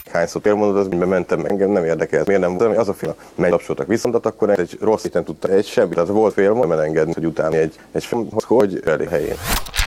hányszor félmondod, az bementem, engem nem érdekelt. Miért nem volt, az a film, mely tapsoltak viszont akkor egy rossz héten tudta egy sebb, tehát volt félmond, nem elengedni, hogy utána egy film, hogy elég helyén.